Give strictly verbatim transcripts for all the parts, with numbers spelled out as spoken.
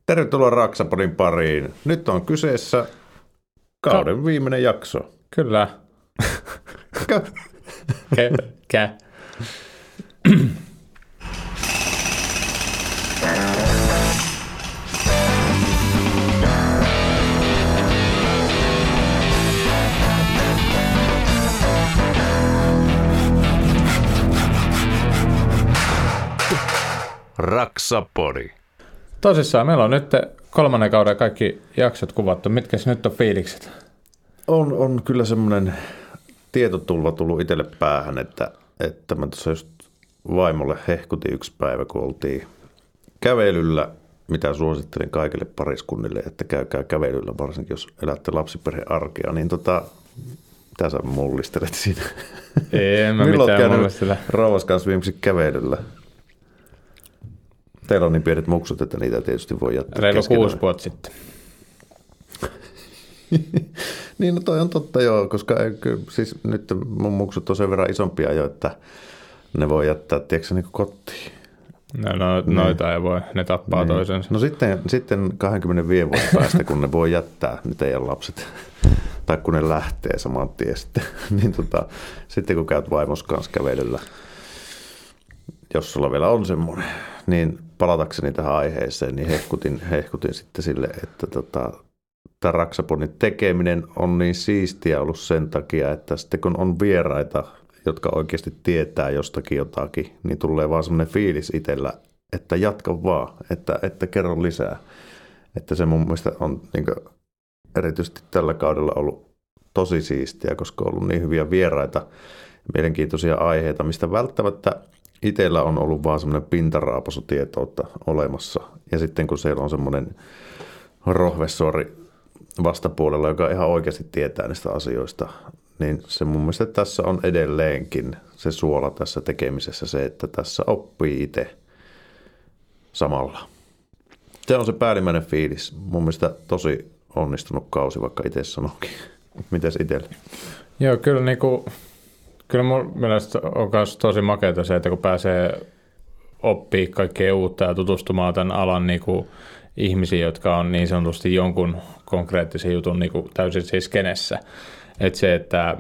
Tervetuloa Raksapodin pariin. Nyt on kyseessä kauden Ka- viimeinen jakso. Kyllä. Kä? Kä? Kä? Raksapodi. Tosissaan, meillä on nyt kolmannen kauden kaikki jaksot kuvattu. Mitkäs nyt on fiilikset? On, on kyllä semmoinen tietotulva tullut itselle päähän, että, että mä tuossa just vaimolle hehkutin yksi päivä, kun oltiin kävelyllä, mitä suosittelin kaikille pariskunnille, että käykää kävelyllä, varsinkin jos elätte lapsiperheen arkea, niin tota, mitä sä mullistelet siinä? Ei, mä Milloin mitään mullistele. Rauvas kanssa viimeksi kävelyllä? Teillä on niin pienet muksut, että niitä tietysti voi jättää Reilu keskenään. kuusi vuotta sitten. Niin, no toi on totta joo, koska ei, kyllä, siis nyt mun muksut on sen verran isompia jo, että ne voi jättää, tiedätkö, niin kotiin. No, no noita ei voi, ne tappaa niin. toisensa. No sitten, sitten kaksikymmentäviisi vuoden päästä, kun ne voi jättää, ne teidän lapset, tai kun ne lähtee saman tien sitten, niin tota, sitten kun käyt vaimos kanssa kävelyllä, jos sulla vielä on semmoinen, niin palatakseni tähän aiheeseen, niin hehkutin, hehkutin sitten sille, että tota, tämä Raksapodin tekeminen on niin siistiä ollut sen takia, että sitten kun on vieraita, jotka oikeasti tietää jostakin jotakin, niin tulee vaan semmoinen fiilis itsellä, että jatka vaan, että, että kerro lisää. Että se mun mielestä on niin kuin, erityisesti tällä kaudella ollut tosi siistiä, koska on ollut niin hyviä vieraita, mielenkiintoisia aiheita, mistä välttämättä itsellä on ollut vaan semmoinen pintaraapasutietoutta olemassa. Ja sitten kun siellä on semmoinen rohvessori vastapuolella, joka ihan oikeasti tietää niistä asioista, niin se mun mielestä tässä on edelleenkin se suola tässä tekemisessä, se, että tässä oppii itse samalla. Se on se päällimmäinen fiilis. Mun mielestä tosi onnistunut kausi, vaikka itse sanoinkin. Mites itselle? Joo, kyllä, niin kuin, kyllä mun mielestä on myös tosi makeata se, että kun pääsee oppii kaikkea uutta ja tutustumaan tämän alan niin kuin ihmisiä, jotka on niin sanotusti jonkun konkreettisen jutun niin kuin täysin siis kenessä. Että se, että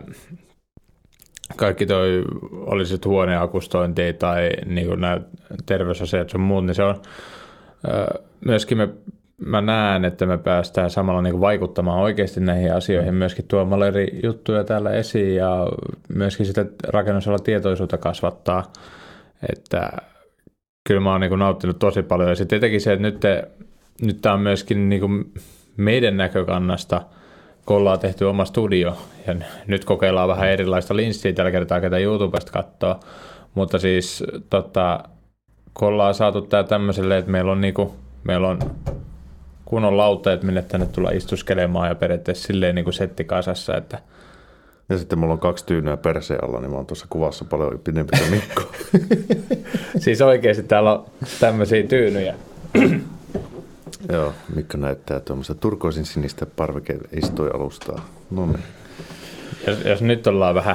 kaikki toi olisi sit huoneakustointia tai niin kuin nämä terveysasiat ja muut, niin se on myöskin me, mä näen, että me päästään samalla niin kuin vaikuttamaan oikeasti näihin asioihin, myöskin tuomalla eri juttuja täällä esiin ja myöskin sitä rakennusala tietoisuutta kasvattaa, että kyllä mä oon niin kuin nauttinut tosi paljon ja sitten tietenkin se, että nyt, te, nyt tää on myöskin niin kuin meidän näkökannasta, kun ollaan tehty oma studio ja nyt kokeillaan vähän erilaista linssiä tällä kertaa, ketä YouTubesta katsoo, mutta siis tota, kun ollaan saatu tää tämmöiselle, että meillä on, niinku, meillä on kunnon lauteet, minne tänne tullaan istuskelemaan ja periaatteessa silleen niinku setti kasassa, että ja sitten mulla on kaksi tyynyä perseen alla, niin mä oon tuossa kuvassa paljon pidempi kuin Mikko. Siis oikeasti täällä on tämmöisiä tyynyjä. Joo, Mikko näyttää tuommoista turkoisin sinistä parveke-istuinalustaa. No niin. Jos, jos nyt ollaan vähän,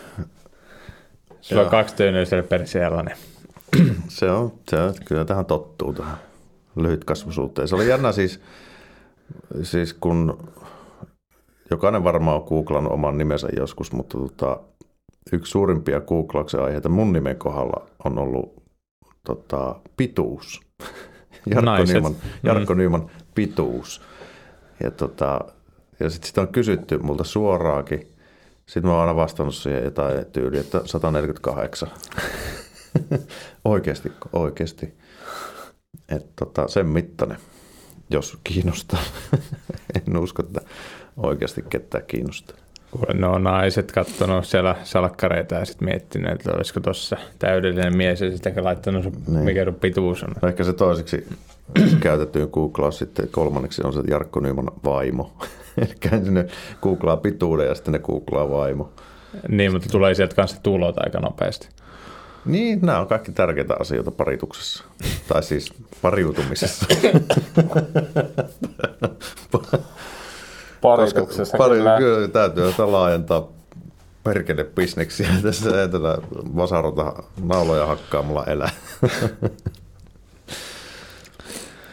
sulla on kaksi tyynyä siellä perseellä, niin se on, se on, kyllä tähän tottuu tähän lyhytkasvuisuuteen. Se oli jännä siis, siis kun jokainen varmaan on googlannut oman nimensä joskus, mutta tota, yksi suurimpia googlauksen aiheita mun nimen kohdalla on ollut tota, pituus. Jarkko Nyman, Jarkko mm. Nyman pituus. Ja, tota, ja sitten sit on kysytty multa suoraakin. Sitten mä oon aina vastannut siihen jotain tyyliä, että sata neljäkymmentäkahdeksan. Oikeasti, oikeasti. Että tota, sen mittainen, jos kiinnostaa. En usko, että oikeasti ketään kiinnostaa. No naiset katsonut siellä salkkareita ja sitten miettinyt, että olisiko tuossa täydellinen mies ja sitten laittanut sun, niin. Mikä sun pituus on. Ehkä se toiseksi käytettyyn googlaus sitten kolmanneksi on se Jarkko Nyman vaimo. Eli sinne googlaa pituuden ja sitten ne googlaa vaimo. Niin, mutta tulee sieltä kanssa tulot aika nopeasti. Niin, nämä on kaikki tärkeitä asioita parituksessa. Tai siis pariutumisessa. Parituksessa pari, kyllä. Kyllä täytyy laajentaa perkele bisneksiä. Tässä ei tätä vasarota nauloja hakkaamalla elää.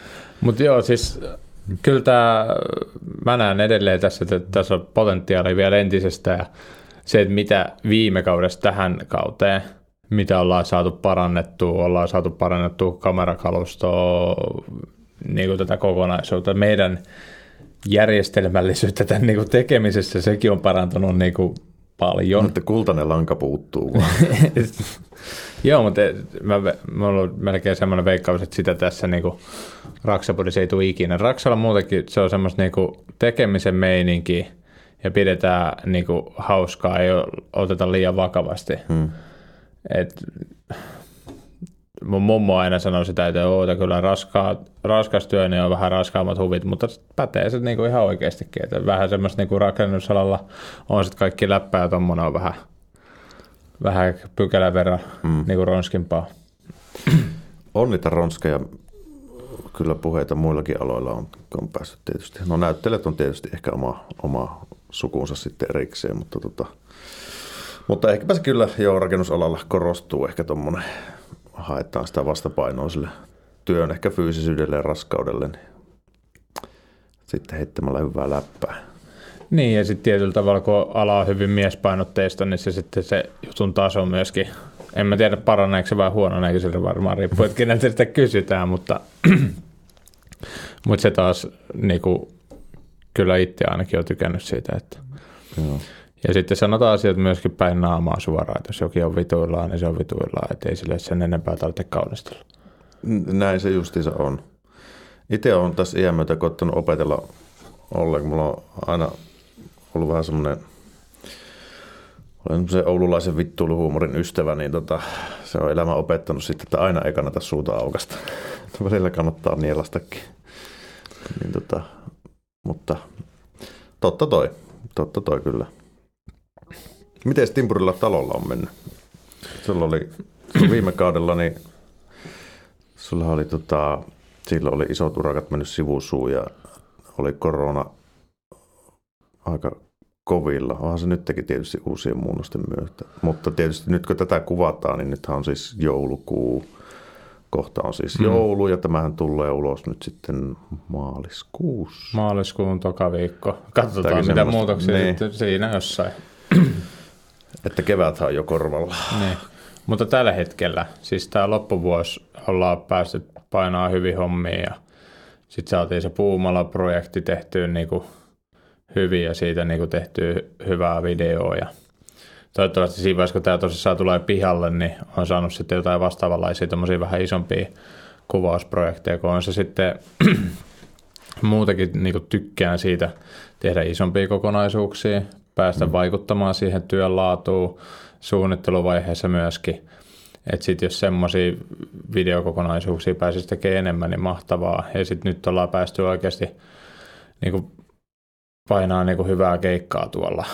Mutta joo, siis kyllä tämä, mä näen edelleen tässä, että tässä on potentiaalia vielä entisestään. Ja se, että mitä viime kaudesta tähän kauteen, mitä ollaan saatu parannettua, ollaan saatu parannettua kamerakalustoa, niin kuin tätä kokonaisuutta. Meidän järjestelmällisyyttä tämän niin kuin tekemisessä, sekin on parantunut niin kuin paljon. Mutta kultainen lanka puuttuu vaan. Joo, mutta mä, mä olen melkein semmoinen veikkaus, että sitä tässä niin kuin Raksapodissa ei tule ikinä. Raksalla muutenkin se on semmoista niin kuin tekemisen meininki ja pidetään niin kuin hauskaa, ei oteta liian vakavasti. Hmm. Et, mun mummo aina sanoi sitä, että oota kyllä raskaa, raskas työ, niin on vähän raskaammat huvit, mutta pätee se niinku ihan oikeastikin. Että vähän semmoista niinku rakennusalalla on sitten kaikki läppää ja tommonen on vähän, vähän pykälän verran mm. niinku ronskimpaa. On niitä ronskeja, kyllä puheita muillakin aloilla on, on päässyt tietysti. No näyttelijät on tietysti ehkä oma, oma sukunsa sitten erikseen, mutta, tota, mutta ehkäpä se kyllä jo rakennusalalla korostuu ehkä tommonen. Haetaan sitä vastapainoa sille työn ehkä fyysisyydelle ja raskaudelle, niin sitten heittämällä hyvää läppää. Niin, ja sitten tietyllä tavalla, kun ala on hyvin miespainotteista, niin se sitten se jutun taso myöskin, en mä tiedä paraneeko se vai huononeeko, sillä varmaan riippuu, että keneltä sitä kysytään, mutta, mutta se taas niin kuin, kyllä itse ainakin on tykännyt siitä, että joo. Ja sitten sanotaan asiat myöskin päin naamaa suoraan, että jos jokin on vituillaan, niin se on vituillaan, että ei sille sen enempää tarvitse kaunistella. Näin se justiinsa on. Itse olen tässä iän myötä koittanut opetella ollen, kun mulla on aina ollut vähän semmoinen, olen semmoisen oululaisen vittuiluhuumorin ystävä, niin tota, se on elämä opettanut sitten, että aina ei kannata suuta aukasta. Välillä kannattaa nielastakin. Niin tota, mutta totta toi, totta toi kyllä. Miten Timpurilla talolla on mennyt? Sulla oli viime kaudella, niin sulla oli tota, silloin oli isot urakat mennyt sivusuun ja oli korona aika kovilla. Onhan se nytkin tietysti uusien muunnosten myötä. Mutta tietysti nyt kun tätä kuvataan, niin nythän on siis joulukuu. Kohta on siis mm. joulu ja tämähän tulee ulos nyt sitten maaliskuussa. Maaliskuun toka viikko. Katsotaan mitä muutoksia niin. Sitten siinä jossain. Että keväthän on jo korvalla. Niin. Mutta tällä hetkellä, siis tämä loppuvuosi ollaan päästy painaa hyvin hommia ja sitten saatiin se Puumala-projekti tehtyä niinku hyvin ja siitä niinku tehtyä hyvää videoa ja toivottavasti siinä vaiheessa, kun tämä tosissaan tulee pihalle, niin on saanut sitten jotain vastaavanlaisia tommosia vähän isompia kuvausprojekteja, kun on se sitten muutenkin niinku tykkään siitä tehdä isompia kokonaisuuksia, päästä mm. vaikuttamaan siihen työn laatuun suunnitteluvaiheessa myöskin. Että sitten jos semmoisia videokokonaisuuksia pääsisi tekemään enemmän, niin mahtavaa. Ja sitten nyt ollaan päästy oikeasti niinku painaa niinku hyvää keikkaa tuolla.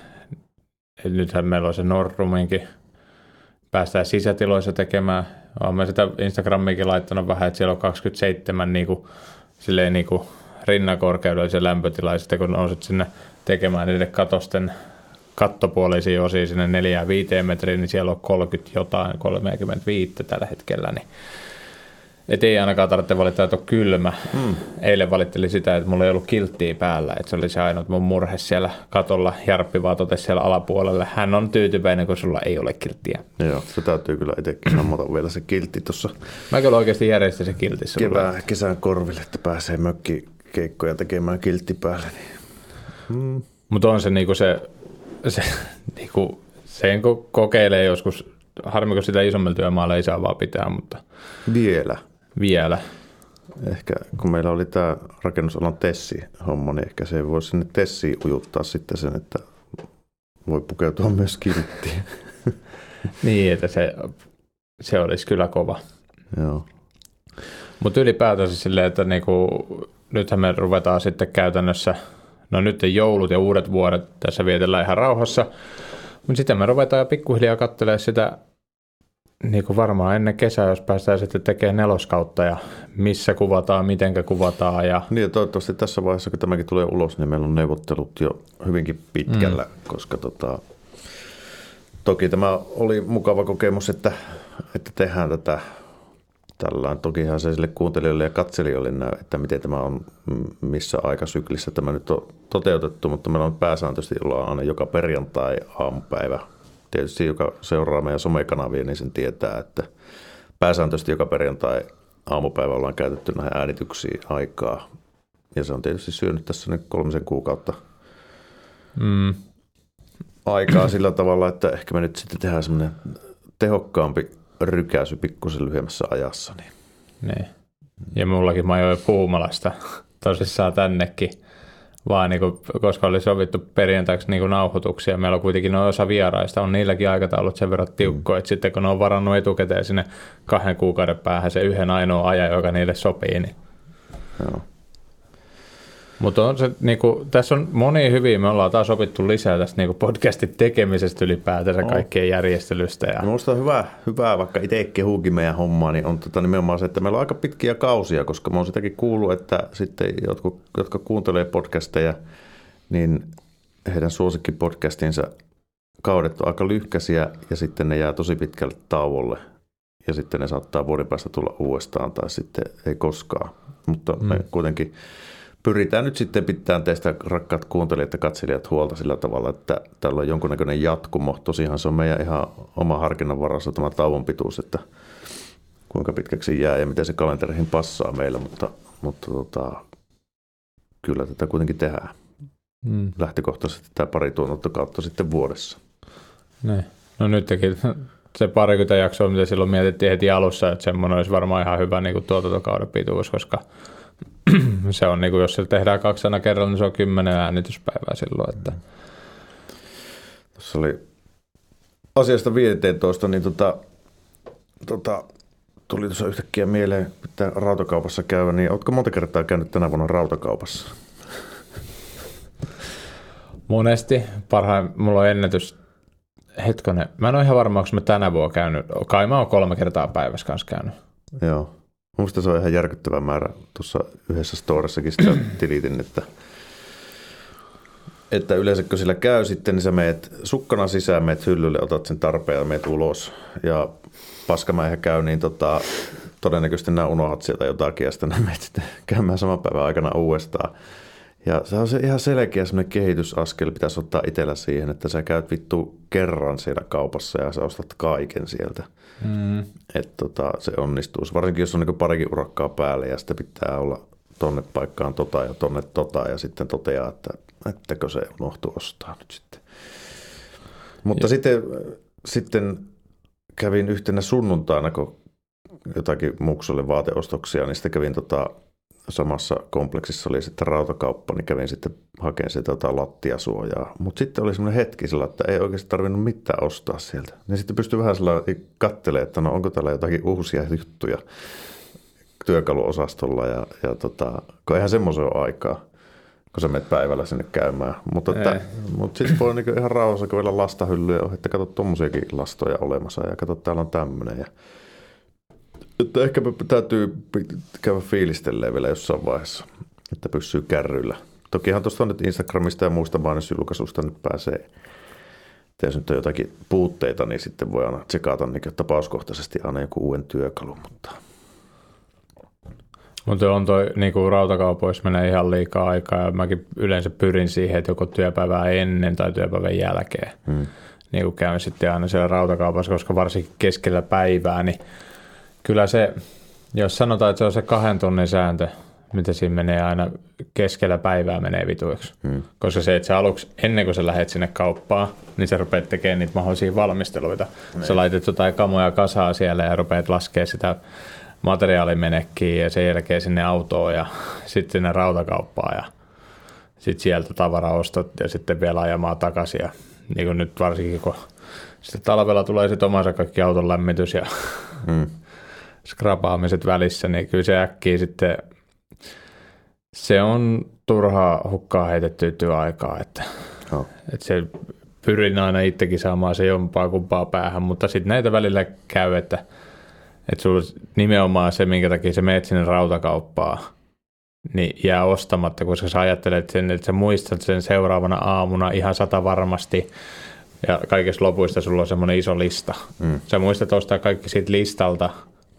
Et nythän meillä on se Nordruminkin. Päästään sisätiloissa tekemään. Olen sitä Instagramiinkin laittanut vähän, että siellä on kaksikymmentäseitsemän niinku, silleen niinku rinnakorkeudella se lämpötila. Ja sitten kun nouset sinne tekemään niiden katosten kattopuolisia osia sinne neljään viiteen metriin, niin siellä on kolmekymmentä jotain, kolmekymmentäviisi tällä hetkellä. Niin. Et ei ainakaan tarvitse valittaa, että on kylmä. Hmm. Eilen valitteli sitä, että mulla ei ollut kilttiä päällä. Että se oli se ainut mun murhe siellä katolla. Jarppi vaan totesi siellä alapuolelle. Hän on tyytyväinen, kun sulla ei ole kilttiä. Joo, se täytyy kyllä itsekin sammata vielä se kiltti tuossa. Mä kyllä oikeasti järjestin se kiltti. Kevään, kesän korville, että pääsee mökkikeikkoja tekemään kiltti päälle. Niin. Hmm. Mutta on se niinku se, se niinku, sen kun kokeilee joskus, harmi kun sitä isommalla työmaalla ei saa vaan pitää, mutta vielä. Vielä. Ehkä kun meillä oli tämä rakennusalan Tessi-homma, niin ehkä se voisi sinne Tessiin ujuttaa sitten sen, että voi pukeutua myös kilttiin. Niin, että se, se olisi kyllä kova. Joo. Mutta ylipäätänsä silleen, että niinku, nythän me ruvetaan sitten käytännössä, no nyt joulut ja uudet vuodet tässä vietellään ihan rauhassa, mutta sitten me ruvetaan jo pikkuhiljaa katselemaan sitä, niin kuin varmaan ennen kesää, jos päästään sitten tekemään neloskautta ja missä kuvataan, mitenkä kuvataan. Ja niin ja toivottavasti tässä vaiheessa, kun tämäkin tulee ulos, niin meillä on neuvottelut jo hyvinkin pitkällä, mm. koska tota, toki tämä oli mukava kokemus, että, että tehdään tätä tällään. Tokihan se sille kuuntelijoille ja katselijoille näy, että miten tämä on, missä aikasyklissä tämä nyt on toteutettu, mutta meillä on pääsääntöisesti ollaan aina joka perjantai aamupäivä. Tietysti joka seuraa meidän somekanavia, niin sen tietää, että pääsääntöisesti joka perjantai aamupäivä ollaan käytetty näihin äänityksiin aikaa. Ja se on tietysti syönyt tässä nyt kolmisen kuukautta mm. aikaa sillä tavalla, että ehkä me nyt sitten tehdään semmoinen tehokkaampi rykäisy pikkusen lyhyemmässä ajassa. Niin. Niin. Ja mullakin mä ajoin Puumalasta tosissaan tännekin, vaan niinku, koska oli sovittu perjantaiksi niinku nauhoituksia. Meillä on kuitenkin noin osa vieraista, on niilläkin aikataulut sen verran tiukkoja, mm. että sitten kun ne on varannut etukäteen sinne kahden kuukauden päähän se yhden ainoa ajan, joka niille sopii. Niin. Joo. Mutta on se, niinku, tässä on monia hyviä, me ollaan taas opittu lisää tästä niinku podcastin tekemisestä ylipäätänsä, oh. kaikkien järjestelystä. Ja... Minusta on hyvä, hyvä, vaikka itse kehuukin meidän hommaa, niin on tota nimenomaan se, että meillä on aika pitkiä kausia, koska mä oon sitäkin kuullut, että sitten jotkut, jotka kuuntelee podcasteja, niin heidän suosikkipodcastinsa kaudet on aika lyhkäisiä ja sitten ne jää tosi pitkälle tauolle ja sitten ne saattaa vuoden päästä tulla uudestaan tai sitten ei koskaan, mutta mm. me kuitenkin pyritään nyt sitten pitämään teistä, rakkaat kuuntelijat ja katselijat, huolta sillä tavalla, että täällä on jonkunnäköinen jatkumo. Tosiaan se on meidän ihan oma harkinnan varassa tämä tauon pituus, että kuinka pitkäksi jää ja miten se kalenteriin passaa meillä, mutta, mutta tota, kyllä tätä kuitenkin tehdään. Mm. Lähtökohtaisesti tämä pari tuotantokautta sitten vuodessa. Ne. No nytkin se parikymmentä jaksoa, mitä silloin mietittiin heti alussa, että semmoinen olisi varmaan ihan hyvä niin kuin tuotantokauden pituus, koska se on niin kuin, jos se tehdään kaksi aina kerralla, niin se on kymmenen äänityspäivää silloin. Että. Tuossa oli asiasta viisitoista, niin tota, tota, tuli tuossa yhtäkkiä mieleen, pitää rautakaupassa käydä, niin ootko monta kertaa käynyt tänä vuonna rautakaupassa? Monesti. Parhain, mulla on ennätys, hetkonen, mä en ole ihan varma, onko mä tänä vuonna käynyt, kai mä oon kolme kertaa päivässä kanssa käynyt. Joo. Minusta se on ihan järkyttävä määrä. Tuossa yhdessä storissakin sitä tilitin, että, että yleensä kun sillä käy sitten, niin sä meet sukkana sisään, meet hyllylle, otat sen tarpeen ja meet ulos. Ja paskamäihä käy, niin tota, todennäköisesti nämä unohat sieltä jotakin ja sitten nämä meet sitten käymään saman päivän aikana uudestaan. Ja se on se ihan selkeä semmoinen kehitysaskel, pitäisi ottaa itsellä siihen, että sä käyt vittu kerran siellä kaupassa ja sä ostat kaiken sieltä. Mm. Että tota, se onnistuu. Varsinkin jos on niin parikin urakkaa päälle ja sitten pitää olla tonne paikkaan tota ja tonne tota ja sitten toteaa, että ettäkö se unohtuu ostaa nyt sitten. Mutta sitten, sitten kävin yhtenä sunnuntaina, kun jotakin muksulle vaateostoksia, niin sitten kävin tota, samassa kompleksissa oli sitten rautakauppa, niin kävin sitten hakemaan sieltä jotain lattiasuojaa. Mutta sitten oli semmoinen hetki sillä, että ei oikeasti tarvinnut mitään ostaa sieltä. Niin sitten pystyi vähän sellainen katselemaan, että no onko täällä jotakin uusia juttuja työkaluosastolla. Ja, ja tota, kun eihän semmoisen ole aikaa, kun sä menet päivällä sinne käymään. Mutta, mutta sitten voi niin ihan rauhassa, kun vielä lastahyllyjä on, että kato tommosiakin lastoja olemassa ja kato täällä on tämmöinen. Ja että ehkä täytyy käydä fiilistelleen vielä jossain vaiheessa, että pysyy kärryillä. Tokihan tuosta nyt Instagramista ja muista mainosjulkaisuista nyt pääsee, että jos nyt on jotakin puutteita, niin sitten voi aina tsekata niin tapauskohtaisesti aina joku uuden työkalun. Mutta Mutta on toi niin kuin rautakaupoissa menee ihan liikaa aikaa ja mäkin yleensä pyrin siihen, että joko työpäivää ennen tai työpäivän jälkeen. Hmm. Niin kuin käyn sitten aina siellä rautakaupassa, koska varsinkin keskellä päivää, niin kyllä se, jos sanotaan, että se on se kahden tunnin sääntö, mitä siinä menee aina keskellä päivää menee vituiksi. Hmm. Koska se, että sä aluksi, ennen kuin sä lähdet sinne kauppaan, niin sä rupeat tekemään niitä mahdollisia valmisteluita. Hmm. Sä laitat jotain kamoja kasaa siellä ja rupeat laskemaan sitä materiaalimenekkiä ja sen jälkeen sinne autoon ja sitten sinne rautakauppaan ja sitten sieltä tavara ostat ja sitten vielä ajamaan takaisin. Ja niin kuin nyt varsinkin, kun sitten talvella tulee sitten omansa kaikki auton lämmitys ja hmm. skrapaamiset välissä, niin kyllä se äkkiä sitten, se on turhaa hukkaa heitettyä työaikaa, että, oh. että se pyrin aina itsekin saamaan se jompaa kumpaa päähän, mutta sitten näitä välillä käy, että, että sulla nimenomaan se, minkä takia sä meet sinne rautakauppaan, niin jää ostamatta, koska sä ajattelet sen, että sä muistat sen seuraavana aamuna ihan sata varmasti, ja kaikista lopuista sulla on semmoinen iso lista. Mm. Sä muistat ostaa kaikki siitä listalta,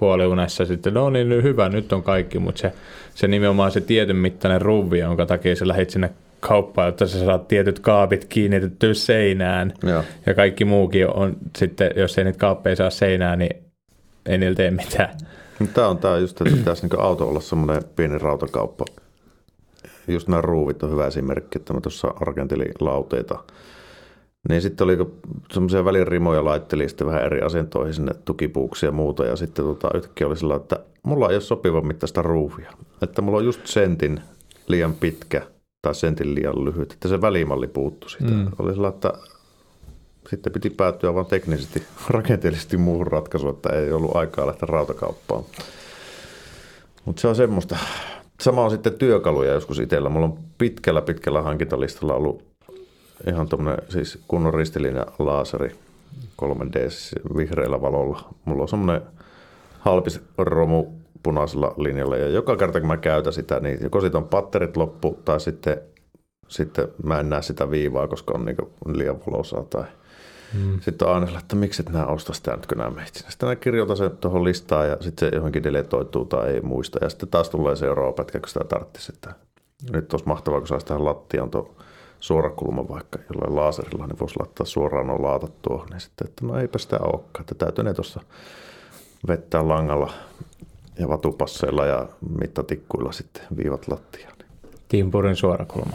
puoliunessa sitten, no niin hyvä, nyt on kaikki, mutta se, se nimenomaan se tietyn mittainen ruuvi, jonka takia sä lähdit sinne kauppaan, jotta sä saat tietyt kaapit kiinnitettyä seinään ja, ja kaikki muukin on sitten, jos ei niitä kaappeja saa seinään, niin ei niillä tee mitään. Tämä on tämä just, että pitäisi niin auto olla semmoinen pieni rautakauppa. Just nämä ruuvit on hyvä esimerkki, että mä tuossa argentelin lauteita. Niin sitten oli semmoisia välirimoja laitteli sitten vähän eri asentoihin sinne tukipuuksia ja muuta. Ja sitten tota, yhtäkkiä oli sillä, että mulla ei ole sopivan mittaista ruuvia. Että mulla on just sentin liian pitkä tai sentin liian lyhyt. Että se välimalli puuttui siitä. Mm. Oli sillä, että sitten piti päätyä vaan teknisesti, rakenteellisesti muuhun ratkaisuun, että ei ollut aikaa lähteä rautakauppaan. Mutta se on semmoista. Sama on sitten työkaluja joskus itsellä. Mulla on pitkällä pitkällä hankintalistalla ollut ihan tuommoinen siis kunnon ristilinja laaseri kolme D vihreällä valolla. Mulla on semmoinen halpis romu punaisella linjalla ja joka kerta kun mä käytän sitä, niin joko siitä on patterit loppu tai sitten, sitten mä en näe sitä viivaa, koska on niin liian valosaa tai hmm. sitten on aina, että miksi et nää osta sitä nyt kun nää meitsinä. Sitten mä kirjoitan sen tuohon listaan ja sitten se johonkin deletoituu tai ei muista ja sitten taas tulee seuraava pätkä, kun sitä tarvitsisi. Että nyt olisi mahtavaa, kun saisi tähän lattiaan tuon suorakulma vaikka jollain laaserilla, niin voisi laittaa suoraan nuo laatat tuohon. Niin sitten, että no eipä sitä olekaan, että täytyy ne tuossa vettää langalla ja vatupasseilla ja mittatikkuilla sitten viivat lattiaan. Timpurin suorakulma.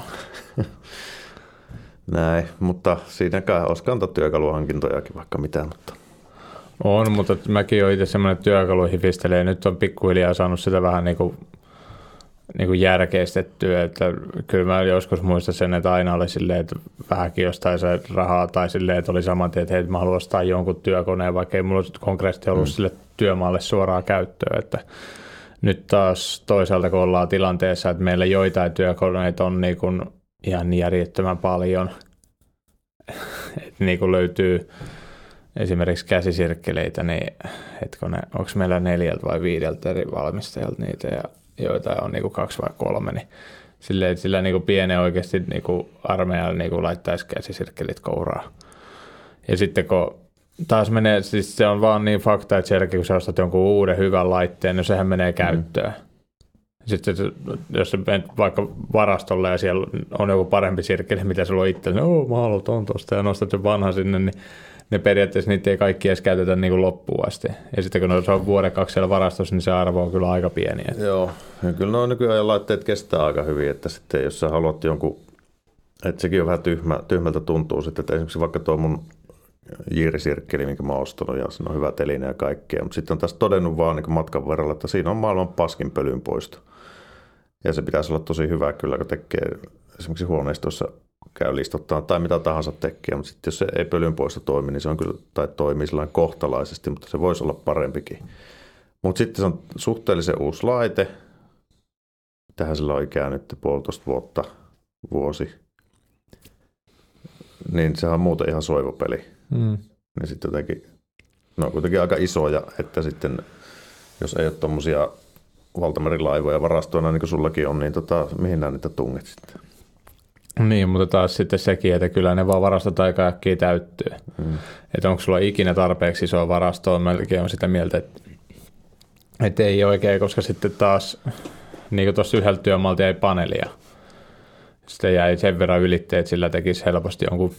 Näin, mutta siinäkään olisi kantatyökaluhankintojakin vaikka mitään. Mutta on, mutta mäkin olen itse semmoinen työkaluihin pistelee. Nyt on pikkuhiljaa saanut sitä vähän niin kuin niin kuin järkeistettyä, että kyllä mä joskus muistan sen, että aina oli silleen, että vähänkin jostain sai rahaa tai silleen, että oli saman tien, että hei, mä haluan ostaa jonkun työkoneen, vaikka ei mulla konkreettisesti ollut mm. sille työmaalle suoraa käyttöä, että nyt taas toisaalta kun ollaan tilanteessa, että meillä joitain työkoneita on niin kuin ihan järjettömän paljon, että niin kuin löytyy esimerkiksi käsisirkkeleitä, niin hetkone, onko meillä neljältä vai viideltä eri valmistajalta niitä ja joita on niinku kaksi vai kolme, niin sillä, sillä niinku pienen oikeasti niinku armeijalla niinku laittaisi käsisirkkelit kouraa. Ja sitten kun taas menee, siis se on vaan niin fakta, että sielläkin kun sä ostat jonkun uuden hyvän laitteen, niin sehän menee käyttöön. Mm. Sitten jos sä menet vaikka varastolle ja siellä on joku parempi sirkkeli, mitä sulla on itsellä, niin oh, mä haluan ton tosta ja nostat sen vanhan sinne, niin ne periaatteessa niitä ei kaikki edes käytetä niin kuin loppuun asti. Ja sitten kun ne on vuoden kaksi siellä varastossa, niin se arvo on kyllä aika pieni. Joo, ja kyllä nuo nykyään laitteet kestää aika hyvin, että sitten jos sä haluat jonkun, että sekin on vähän tyhmä, tyhmältä tuntuu sitten, että esimerkiksi vaikka tuo mun jiirisirkkeli, minkä mä oon ostanut, ja siinä on hyvä teline ja kaikkea, mutta sitten on tässä todennut vaan niin matkan verralla, että siinä on maailman paskin pölyn poisto. Ja se pitäisi olla tosi hyvä kyllä, kun tekee esimerkiksi huoneistossa käy listottaa tai mitä tahansa tekee, mutta sitten jos se ei pölynpoisto toimi, niin se on kyllä, tai toimii sellainen kohtalaisesti, mutta se voisi olla parempikin. Mutta sitten se on suhteellisen uusi laite. Tähän sillä on ikää nyt puolitoista vuotta, vuosi. Niin sehän on muuten ihan soivopeli. Mm. Niin sitten jotenkin, ne on kuitenkin aika isoja, että sitten jos ei ole tuommoisia valtamerilaivoja varastoina, niin kuin sullakin on, niin tota, mihin nämä niitä tunget sitten? Niin, mutta taas sitten sekin, että kyllä ne vaan varastot aika äkkiä täyttyy. Mm. Että onko sulla ikinä tarpeeksi isoa varastoa, melkein on sitä mieltä, että, että ei oikein, koska sitten taas, niin kuin tuossa yhdellä työmaalta jäi paneelia. Sitten jäi sen verran ylitteet, että sillä tekisi helposti jonkun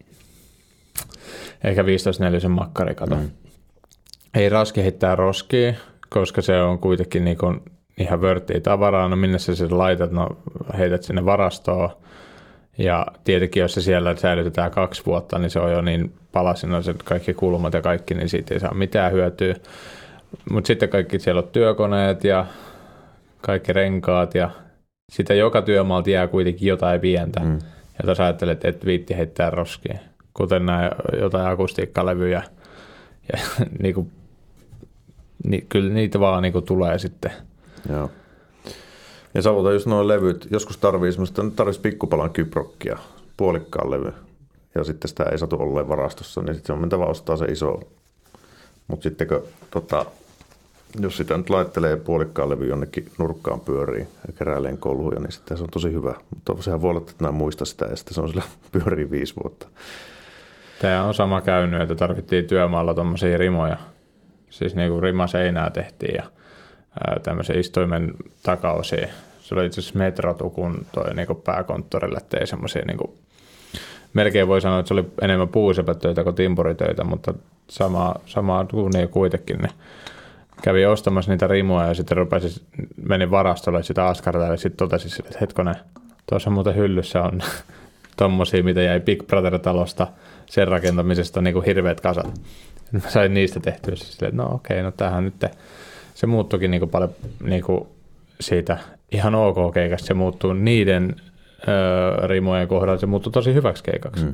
ehkä viisitoista neliösen makkarikato. Mm. Ei raski heittää roskia, koska se on kuitenkin niin kuin ihan vörttiä tavaraa. No minne sä sen laitat? No heität sinne varastoon. Ja tietenkin, jos se siellä säilytetään kaksi vuotta, niin se on jo niin palasina se kaikki kulmat ja kaikki, niin siitä ei saa mitään hyötyä. Mutta sitten kaikki siellä on työkoneet ja kaikki renkaat ja sitä joka työmaalta jää kuitenkin jotain pientä, mm. jota sä ajattelet, että viitti heittää roskiin. Kuten nämä jotain akustiikkalevyjä. Ja niinku, ni, kyllä niitä vaan niinku tulee sitten. Joo. Ja saavutaan just nuo levyt. Joskus tarvii semmoista, nyt tarvitsisi pikkupalan kyprokkia, puolikkaan levy. Ja sitten sitä ei satu olleen varastossa, niin sitten se on mentävä ostaa se iso. Mutta sitten kun, tota, jos sitä nyt laittelee puolikkaan levy jonnekin nurkkaan pyöriin ja keräileen kolhuja, niin sitten se on tosi hyvä. Mutta sehän voi olla, että nämä muista sitä ja sitten se on sillä pyörii viisi vuotta. Tämä on sama käynyt, että tarvittiin työmaalla tuommoisia rimoja. siis niin kuin rimaseinää tehtiin ja ää, tämmöisen istuimen takaosia. Se oli itse asiassa Metrotukun toi niin kuin pääkonttorille, ettei semmoisia niin kuin, melkein voi sanoa, että se oli enemmän puusepätöitä kuin timpuritöitä, mutta samaa, samaa duunia kuitenkin. Ne kävi ostamassa niitä rimuja ja sitten rupesi, meni varastolle sitä askartella ja sitten totesi sille, että hetkonen, tuossa muuten hyllyssä on tommosia, mitä jäi Big Brother-talosta sen rakentamisesta niin kuin hirveät kasat. Mä sain niistä tehtyä silleen, että no okei, no tämähän nyt, se muuttuikin niin kuin paljon niin kuin siitä ihan ok keikasta, se muuttuu niiden ö, rimujen kohdalla, se muuttuu tosi hyväksi keikaksi. Mm.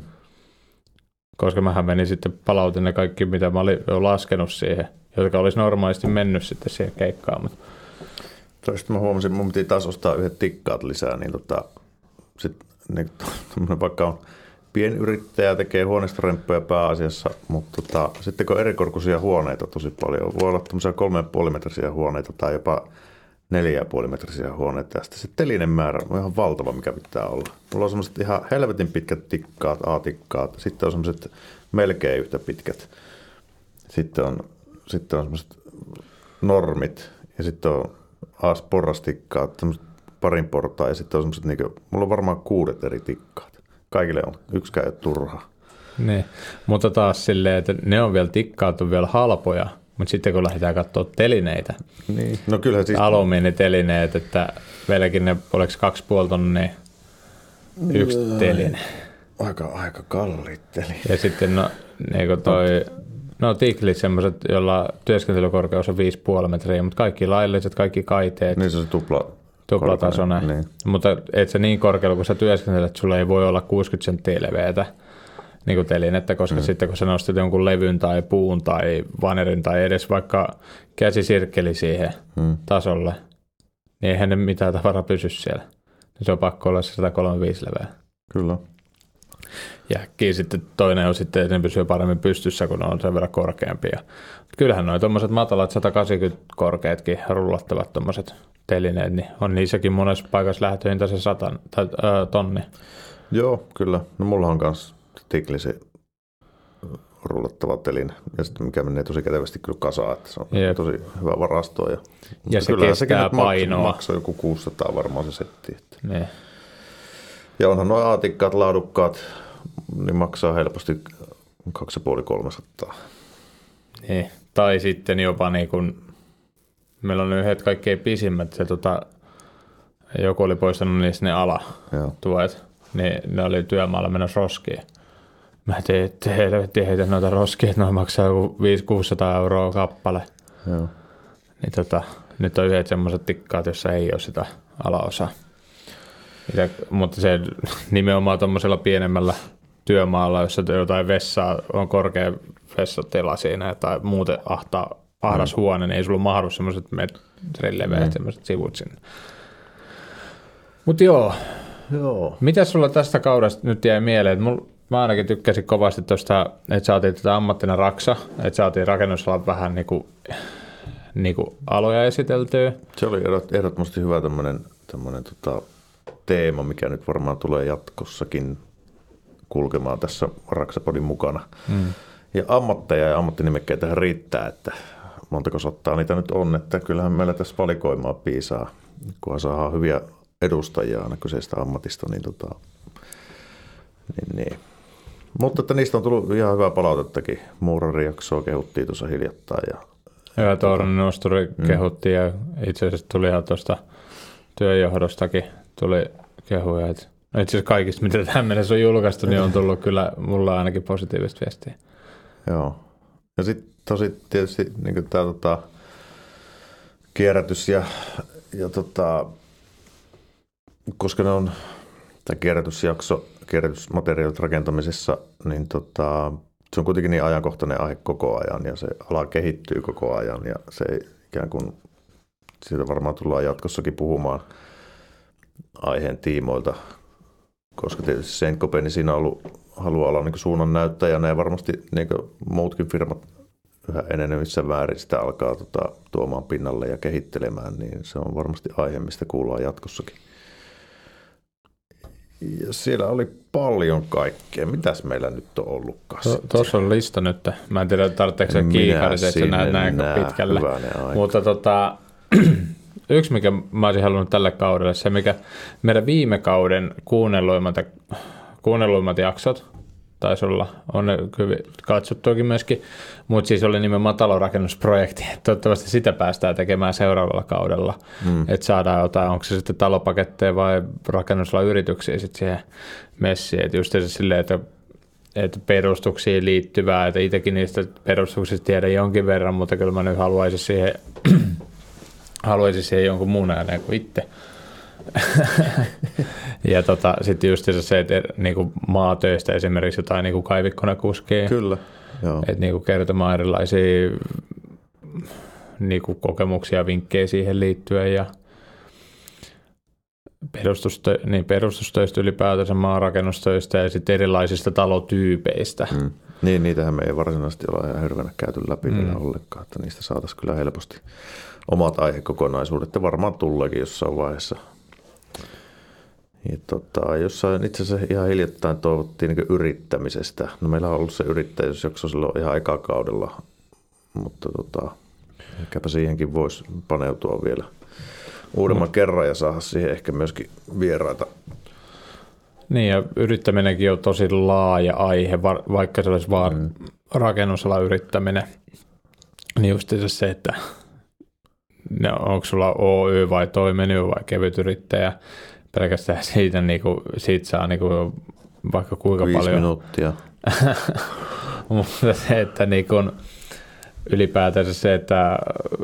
Koska mähän menin sitten palautin ne kaikki, mitä mä olin laskenut siihen, jotka olisi normaalisti mennyt sitten siihen keikkaan. Mutta sitten mä huomasin, mun piti taas ostaa yhdet tikkaat lisää, niin tota, sit, niin, vaikka on pienyrittäjä, tekee huoneistoremppuja pääasiassa, mutta tota, sitten kun on erikorkuisia huoneita tosi paljon, voi olla tämmöisiä kolme ja puoli metrisiä huoneita tai jopa neljä ja puoli metrisiä huoneita, ja sitten se telinen määrä on ihan valtava, mikä pitää olla. Mulla on semmoiset ihan helvetin pitkät tikkaat, A-tikkaat, sitten on semmoiset melkein yhtä pitkät, sitten on, sitten on semmoiset normit, ja sitten on A-porrastikkaat, semmoiset parin portaa, ja sitten on semmoiset, niin kuin, mulla on varmaan kuudet eri tikkaat. Kaikille on, yksikään ei ole turha. Niin, mutta taas silleen, että ne on vielä tikkaat, on vielä halpoja, mutta sitten kun lähdetään katsoa telineitä, niin. No kyllähän siis alumiinitelineet, että vieläkin ne, oliko kaksi puoli tonnia yksi no, teline. Aika, aika kalliit telineet. Ja sitten no, niin toi, no tiklit semmoiset, joilla työskentelykorkeus on viisi pilkku viisi metriä, mutta kaikki lailliset, kaikki kaiteet. Niin se on tupla. Tuplatasoinen. Niin. Mutta et se niin korkealla, kun sä työskentelet, sulla ei voi olla kuusikymmentä senttiä leveätä niin kuin telinettä, koska mm. sitten kun sä nostit jonkun levyn tai puun tai vanerin tai edes vaikka käsisirkkeli siihen mm. tasolle, niin eihän ne mitään tavaraa pysy siellä. Se on pakko olla se sata kolmekymmentäviisi leveä. Kyllä. Ja sitten toinen on sitten, että ne pysyy paremmin pystyssä, kun ne on sen verran korkeampia. Kyllähän nuo tuommoiset matalat sata kahdeksankymmentä korkeatkin rullattavat tuommoiset telineet, niin on niissäkin monessa paikassa lähtöhinta se satan, tai ö, tonni. Joo, kyllä. No mulla on myös tiklisi rullattava teline, ja sitten mikä menee tosi kätevästi kyllä kasaan, että se on Jep. tosi hyvä varasto. Ja, ja se kestää painoa. Maksoi joku kuusisataa varmaan se setti. Ne. Ja onhan nuo aatikkaat, laadukkaat, niin maksaa helposti kaksi ja puoli kolmesataa. Niin. Tai sitten jopa niin kuin meillä on yhdet kaikkein pisimmät, se tota, joku oli poistanut niistä ne alatuet, niin ne oli työmaalla menossa roskiin. Mä tein, että helvetti heitä noita roskia, että noin maksaa joku viisi kuusisataa euroa kappale. Joo. Niin tota, nyt on yhdet semmoiset tikkaat, jossa ei ole sitä alaosaa. Ja, mutta se nimenomaan tuommoisella pienemmällä työmaalla, jossa jotain vessaa, on korkea vessatila siinä tai muuten ahtaa, ahdas mm. huone, niin ei sulla ole mahdollisuus semmoiset metrin leveät mm. semmoiset sivut sinne. Mutta joo. joo. Mitäs sulla tästä kaudesta nyt jäi mieleen? Mul, mä ainakin tykkäsin kovasti tuosta, että saatiin tätä ammattina raksa, että saatiin rakennusalan vähän niinku, niinku aloja esiteltyä. Se oli ehdottomasti hyvä tämmöinen, tämmöinen tota, teema, mikä nyt varmaan tulee jatkossakin kulkemaan tässä Raksapodin mukana. Mm. Ja ammatteja ja ammattinimekkeitä riittää, että montako sottaa niitä nyt on, että kyllähän meillä tässä valikoimaa piisaa, kunhan saadaan hyviä edustajia aina kyseistä ammatista, niin, tota, niin, niin. Mutta että niistä on tullut ihan hyvää palautettakin. Muurarijaksoa kehuttiin tuossa hiljattain. Ja, hyvä Tooron nosturi mm. kehuttiin ja itse asiassa tuli ihan tuosta työjohdostakin tuli kehuja. Että no itse asiassa kaikista, mitä tähän mennessä on julkaistu, niin on tullut kyllä mulla ainakin positiivista viestiä. Joo. Ja sitten tosi tietysti niin tämä tota, kierrätys ja, ja tota, koska ne on tämä kierrätysjakso, kierrätysmateriaalit rakentamisessa, niin tota, se on kuitenkin niin ajankohtainen aihe koko ajan ja se ala kehittyy koko ajan ja se ikään kuin, siitä varmaan tullaan jatkossakin puhumaan aiheen tiimoilta, koska tietysti Saint-Gobain niin siinä on ollut, haluaa olla niin suunnan näyttäjänä ja varmasti niin muutkin firmat yhä enenevissä määrin sitä alkaa tota, tuomaan pinnalle ja kehittelemään, niin se on varmasti aihe, mistä kuullaan jatkossakin. Ja siellä oli paljon kaikkea. Mitäs meillä nyt on ollutkaan? To, tuossa on lista nyt. Mä en tiedä, tarvitseeko se kiikarit, että sä näet näin pitkälle. Mutta tota, yksi, mikä mä olisin halunnut tälle kaudelle, se mikä meidän viime kauden kuunnelluimmat, kuunnelluimmat jaksot, taisi olla, on ne kyllä katsottuakin myöskin, mutta siis oli nimenomaan talorakennusprojekti. Toivottavasti sitä päästään tekemään seuraavalla kaudella, mm. että saadaan jotain, onko se sitten talopaketteja vai rakennusalan yrityksiä sitten siihen messiin. Että just silleen, että, että perustuksiin liittyvää, että itsekin niistä perustuksista tiedän jonkin verran, mutta kyllä mä nyt haluaisin siihen, haluaisin siihen jonkun muun ääneen kuin itse. Ja tota, sitten just se, että niinku maatöistä esimerkiksi jotain niinku kaivikkonekuskia. Kyllä, joo. Että niinku kertomaan erilaisia niinku kokemuksia ja vinkkejä siihen liittyen ja perustustö, niin perustustöistä ylipäätänsä maanrakennustöistä ja sitten erilaisista talotyypeistä. Mm. Niin, niitähän me ei varsinaisesti olla ihan hirveänä käyty läpi mm. vielä ollenkaan, että niistä saataisiin kyllä helposti omat aihekokonaisuudet ja varmaan tulleekin jossain vaiheessa. Ja tota, jossain itse asiassa ihan hiljattain toivottiin niin yrittämisestä. No meillä on ollut se yrittäjyysjakso silloin ihan aikakaudella, mutta tota, ehkäpä siihenkin voisi paneutua vielä uudemman mm. kerran ja saada siihen ehkä myöskin vieraita. Niin ja yrittäminenkin on tosi laaja aihe, vaikka se olisi vaan mm. rakennusalan yrittäminen. Niin just se, että onko sulla Oy vai toimeny vai kevyt yrittäjä. Pelkästään siitä, niin kuin, siitä saa niin kuin, vaikka kuinka Viisi paljon. minuuttia. Mutta se, että niin kuin, ylipäätänsä se, että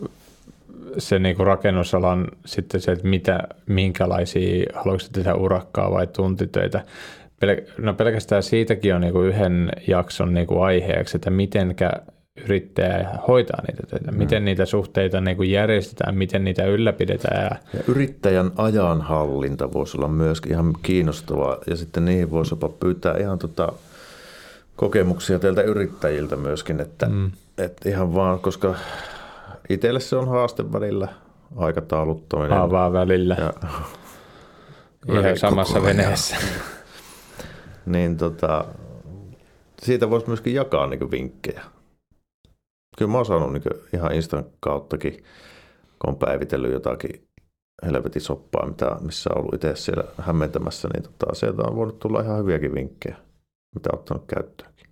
se niin kuin rakennusalan sitten se, että mitä, minkälaisia, haluatko tehdä urakkaa vai tuntitöitä. Pel- no pelkästään siitäkin on niin kuin yhden jakson niin kuin aiheeksi, että mitenkä yrittäjä hoitaa niitä töitä, mm. miten niitä suhteita niin kuin järjestetään, miten niitä ylläpidetään. Ja yrittäjän ajanhallinta voisi olla myöskin ihan kiinnostavaa ja sitten niihin voisi jopa pyytää ihan tota kokemuksia teiltä yrittäjiltä myöskin, että, mm. että ihan vaan, koska itselle se on haaste välillä, aikatauluttaminen. Avaa välillä. Ja ihan samassa veneessä. Niin tota, siitä voisi myöskin jakaa niin kuin vinkkejä. Kyllä mä oon saanut niin ihan Instan kauttakin, kun on päivitellyt jotakin helvetin soppaa, mitä, missä on ollut itse siellä hämmentämässä, niin tota, sieltä on voinut tulla ihan hyviäkin vinkkejä, mitä on ottanut käyttöönkin.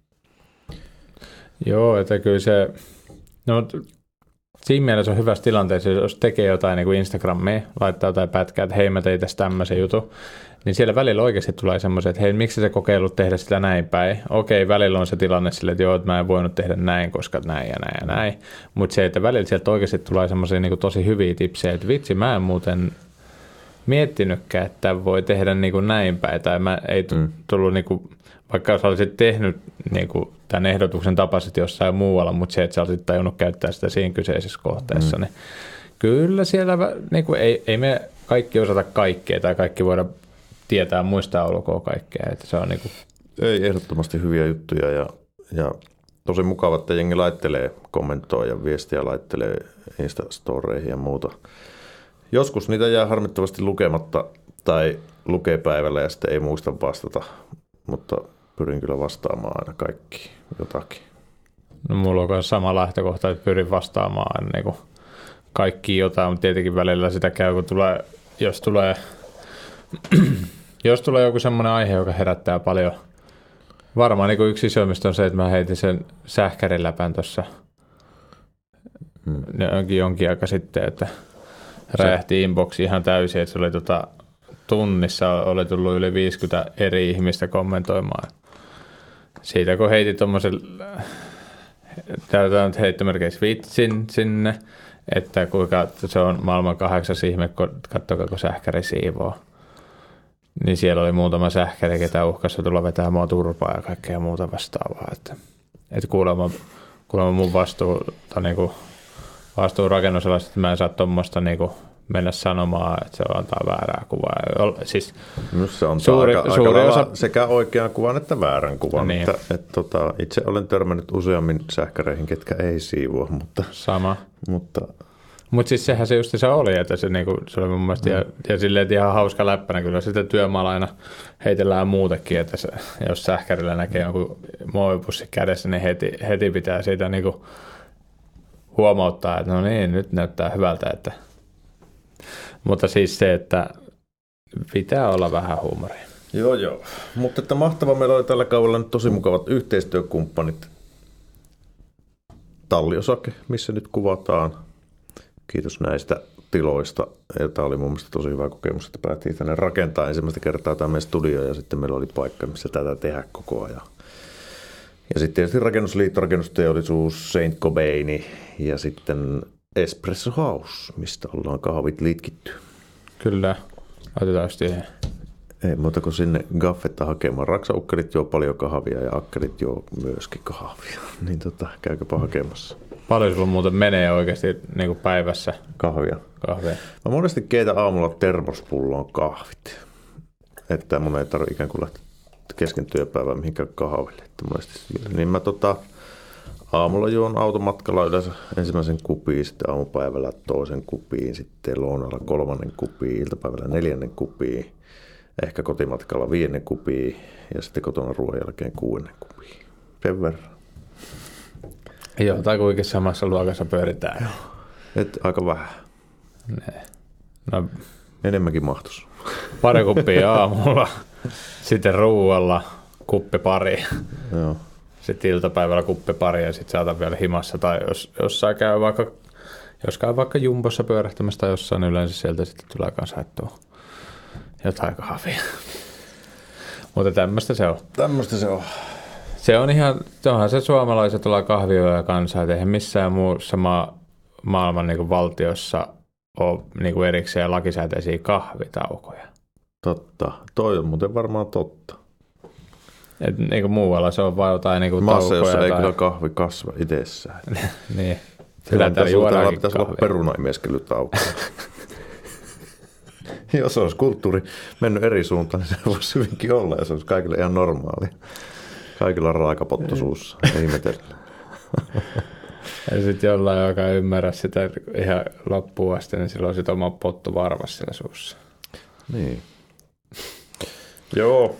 Joo, että kyllä se, no siinä mielessä on hyvässä tilanteessa, jos tekee jotain niin kuin Instagramia, laittaa jotain pätkää, että hei mä tein tässä tämmöisen jutun, niin siellä välillä oikeasti tulee semmoisia, että hei miksi sä kokeillut tehdä sitä näin päin. Okei, välillä on se tilanne sille, että joo, että mä en voinut tehdä näin, koska näin ja näin ja näin. Mutta se, että välillä sieltä oikeasti tulee semmoisia niin kuin tosi hyviä tipsejä, että vitsi mä en muuten miettinytkään, että voi tehdä niin kuin näin päin. Tai mä ei tullut, niin kuin, vaikka sä olisit tehnyt niin kuin tämän ehdotuksen tapaisesti jossain muualla, mutta se, että sä olisit tajunnut käyttää sitä siinä kyseisessä kohteessa, mm. niin kyllä siellä niin kuin, ei, ei me kaikki osata kaikkea tai kaikki voida tietää muistaa ulkoa kaikkea. Että se on niin kuin... Ei, ehdottomasti hyviä juttuja ja, ja tosi mukava, että jengi laittelee, kommentoi ja viestiä laittelee Insta-storeihin ja muuta. Joskus niitä jää harmittavasti lukematta tai lukee päivällä ja sitten ei muista vastata, mutta pyrin kyllä vastaamaan aina kaikki jotakin. No mulla on myös sama lähtökohta, että pyrin vastaamaan aina niin kuin kaikki jotain, mutta tietenkin välillä sitä käy, kun tulee, jos tulee, jos tulee joku semmoinen aihe, joka herättää paljon. Varmaan niin kuin yksi isoimmista on se, että mä heitin sen sähkäriläpän tuossa hmm. jonkin, jonkin aika sitten, että räjähti inboxi ihan täysin, että se oli tota, tunnissa oli tullut yli viisikymmentä eri ihmistä kommentoimaan. Siitä kun heitin tuommoisen, täytetään nyt heittomerkeissä vitsin sinne, että kuinka se on maailman kahdeksas ihme, katsokaa kun sähkäri siivoo. Niin siellä oli muutama sähkäri, ketä uhkassa tulla vetää mua turpaa ja kaikkea muuta vastaavaa. Että, että kuulemma, kuulemma mun vastuu, niin vastuu rakennusalasta, että mä en saa tuommoista niin mennä sanomaan, että se antaa väärää kuvaa. Siis no se on suuri, aika, suuri aika osa sekä oikean kuvan että väärän kuvan. Niin. Että, että, tota, itse olen törmännyt useammin sähkäreihin, ketkä ei siivoa, mutta... Sama. Mutta, Mutta siis sehän se just se oli, että se, niinku, se oli mun mielestä mm. ja, ja silleen ihan hauska läppänä kyllä. Sitten työmaalla aina heitellään muutenkin, että se, jos sähkärillä näkee jonkun muovipussi kädessä, niin heti, heti pitää siitä niinku huomauttaa, että no niin, nyt näyttää hyvältä. Että. Mutta siis se, että pitää olla vähän huumoria. Joo, joo. Mutta että mahtava, meillä oli tällä kaudella nyt tosi mukavat yhteistyökumppanit. Talliosake, missä nyt kuvataan. Kiitos näistä tiloista. Ja tämä oli mun mielestä tosi hyvä kokemus, että päättiin tänne rakentaa ensimmäistä kertaa tämä meidän studio ja sitten meillä oli paikka, missä tätä tehdä koko ajan. Ja sitten tietysti Rakennusliitto, Rakennusteollisuus, Saint Cobain ja sitten Espresso House, mistä ollaan kahvit litkitty. Kyllä, otetaan siihen. Ei muuta kuin sinne gaffetta hakemaan. Raksaukkelit juo paljon kahvia ja akkelit juo myöskin kahvia. Niin tota, käyköpä hakemassa. Paljon sulla muuten menee oikeasti niin kuin päivässä kahvia? Kahvia. Mä monesti keitän aamulla termospulloon kahvit. Että mun ei tarvitse ikään kuin lähteä kesken työpäivään mihinkään kahville. Niin mä tota, aamulla juon automatkalla yleensä ensimmäisen kupiin, sitten aamupäivällä toisen kupiin, sitten lounalla kolmannen kupiin, iltapäivällä neljännen kupiin. Ehkä kotimatkalla viidennen kupiin ja sitten kotona ruoan jälkeen kuudennen kupiin. Sen verran. Joo, tai kuitenkin samassa luokassa pyöritään. Joo. Et aika vähän. Ne. No, enemmänkin mahtuisi. Pari kuppia aamulla, sitten ruualla kuppi pari. Joo. Sitten iltapäivällä kuppi pari ja sitten saatan vielä himassa. Tai jos jossain käy vaikka, jos käy vaikka jumbossa pyörähtämässä tai jossain, niin yleensä sieltä sitten tulee kanssa haettua jotain kahvia. Mutta tämmöistä se on. Tämmöistä se on. Se on ihan, onhan se suomalaiset olla kahvioja kanssa, että eihän missään muussa ma- maailman niin kuin valtiossa ole niin kuin erikseen lakisääteisiä kahvitaukoja. Totta. Toi on muuten varmaan totta. Et niin kuin muualla se on vain jotain niin kuin maassa, taukoja. Maassa, jossa tai... ei kyllä kahvi kasva itsessään. Niin. Kyllä täällä juodaankin pitäisi olla perunaimeskelytauko. Jos olisi kulttuuri mennyt eri suuntaan, niin se voisi hyvinkin olla ja se olisi kaikille ihan normaali. Kaikilla on raakapotto suussa, ihmetellä. Ja sitten jollain, joka ei ymmärrä sitä ihan loppuun asti, niin silloin sitten oma pottu varvas siellä suussa. Niin. Joo.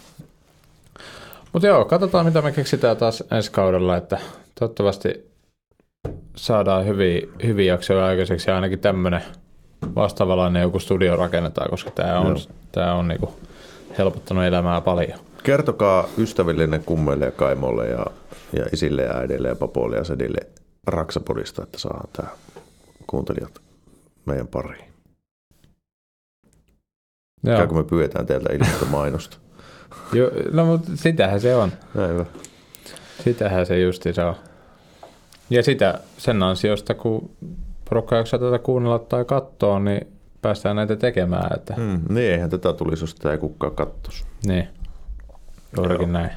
Mutta joo, katsotaan mitä me keksitään taas ensi kaudella, että toivottavasti saadaan hyviä, hyviä jaksoja aikaiseksi ja ainakin tämmöinen vastaavalainen joku studio rakennetaan, koska tämä on, tää on niinku helpottanut elämää paljon. Kertokaa ystävillinen kummeille ja kaimoille ja, ja isille ja äidille ja papoille ja sedille Raksapodista, että saadaan tämä kuuntelijat meidän pariin. Käykö me pyydetään teiltä ilmeistä mainosta? Jo, no mutta sitähän se on. Näin. Sitähän se justi se on. Ja sitä sen ansiosta, kun porukka jaksaa tätä kuunnella tai katsoa, niin päästään näitä tekemään. Että... Hmm, niin eihän tätä tulisi, jos sitä ei kukaan katsoisi. Niin, juurikin näin.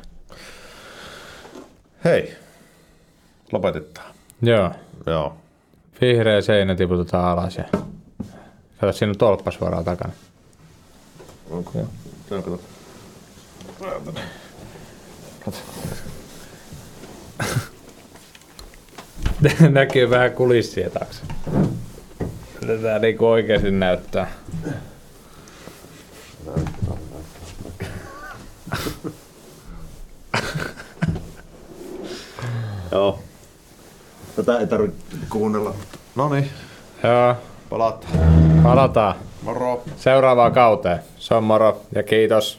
Hei, lopetetaan. Joo. Joo. Vihreä seinä tiputetaan alas ja kato, siinä on tolppas varaa takana. Okei. Okay. Kato. Kato. Näkyy vähän kulissia taakse. Tätä niin kuin oikeasti näyttää. Joo. Tätä ei tarvitse kuunnella. Noniin. Joo. Palataan. Palataan. Moro. Seuraavaan kauteen. Se on moro ja kiitos.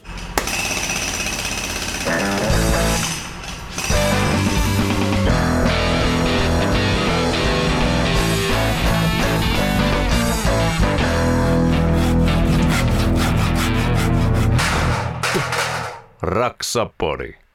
Raksapodi.